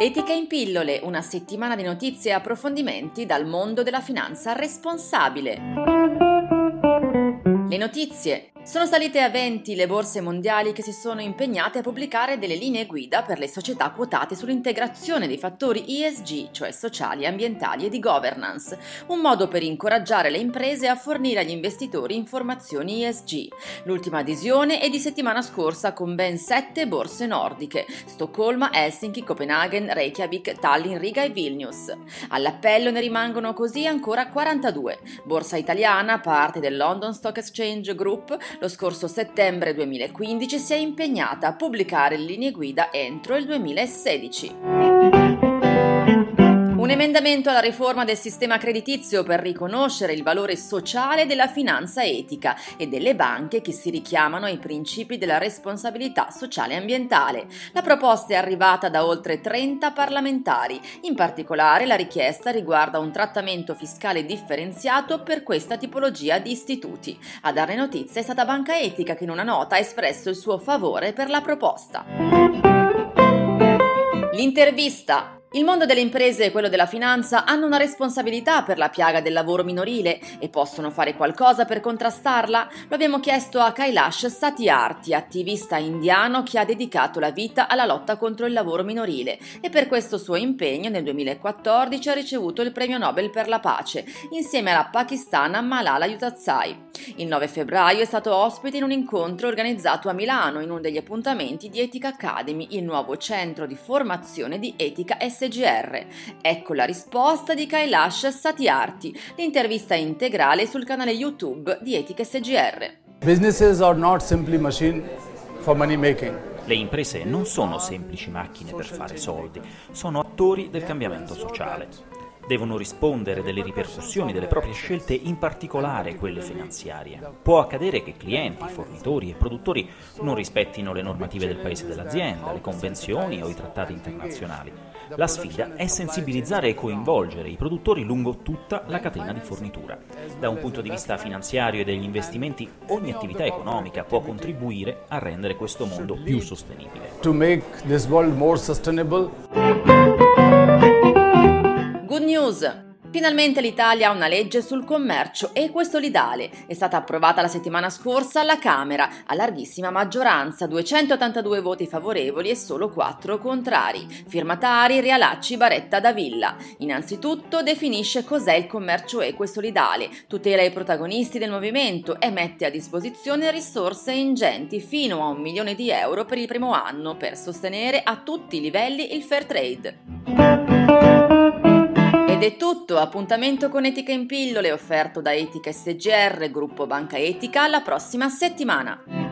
Etica in pillole, una settimana di notizie e approfondimenti dal mondo della finanza responsabile. Le notizie. Sono salite a 20 le borse mondiali che si sono impegnate a pubblicare delle linee guida per le società quotate sull'integrazione dei fattori ESG, cioè sociali, ambientali e di governance, un modo per incoraggiare le imprese a fornire agli investitori informazioni ESG. L'ultima adesione è di settimana scorsa con ben 7 borse nordiche: Stoccolma, Helsinki, Copenaghen, Reykjavik, Tallinn, Riga e Vilnius. All'appello ne rimangono così ancora 42. Borsa italiana, parte del London Stock Exchange Group, lo scorso settembre 2015 si è impegnata a pubblicare le linee guida entro il 2016. Un emendamento alla riforma del sistema creditizio per riconoscere il valore sociale della finanza etica e delle banche che si richiamano ai principi della responsabilità sociale e ambientale. La proposta è arrivata da oltre 30 parlamentari. In particolare la richiesta riguarda un trattamento fiscale differenziato per questa tipologia di istituti. A dare notizia è stata Banca Etica, che in una nota ha espresso il suo favore per la proposta. L'intervista. Il mondo delle imprese e quello della finanza hanno una responsabilità per la piaga del lavoro minorile e possono fare qualcosa per contrastarla? Lo abbiamo chiesto a Kailash Satyarthi, attivista indiano che ha dedicato la vita alla lotta contro il lavoro minorile e per questo suo impegno nel 2014 ha ricevuto il premio Nobel per la pace insieme alla pakistana Malala Yousafzai. Il 9 febbraio è stato ospite in un incontro organizzato a Milano in uno degli appuntamenti di Ethica Academy, il nuovo centro di formazione di etica SGR. Ecco la risposta di Kailash Satyarthi. L'intervista è integrale sul canale YouTube di Etica SGR. Businesses are not simply machine for money making. Le imprese non sono semplici macchine per fare soldi, sono attori del cambiamento sociale. Devono rispondere delle ripercussioni delle proprie scelte, in particolare quelle finanziarie. Può accadere che clienti, fornitori e produttori non rispettino le normative del paese dell'azienda, le convenzioni o i trattati internazionali. La sfida è sensibilizzare e coinvolgere i produttori lungo tutta la catena di fornitura. Da un punto di vista finanziario e degli investimenti, ogni attività economica può contribuire a rendere questo mondo più sostenibile. To make this world more sustainable. Good news! Finalmente l'Italia ha una legge sul commercio equo e solidale. È stata approvata la settimana scorsa alla Camera, a larghissima maggioranza, 282 voti favorevoli e solo 4 contrari. Firmatari Realacci, Baretta, Davilla. Innanzitutto definisce cos'è il commercio equo e solidale, tutela i protagonisti del movimento e mette a disposizione risorse ingenti fino a 1 milione di euro per il primo anno per sostenere a tutti i livelli il fair trade. Ed è tutto, appuntamento con Etica in pillole offerto da Etica SGR, gruppo Banca Etica, alla prossima settimana.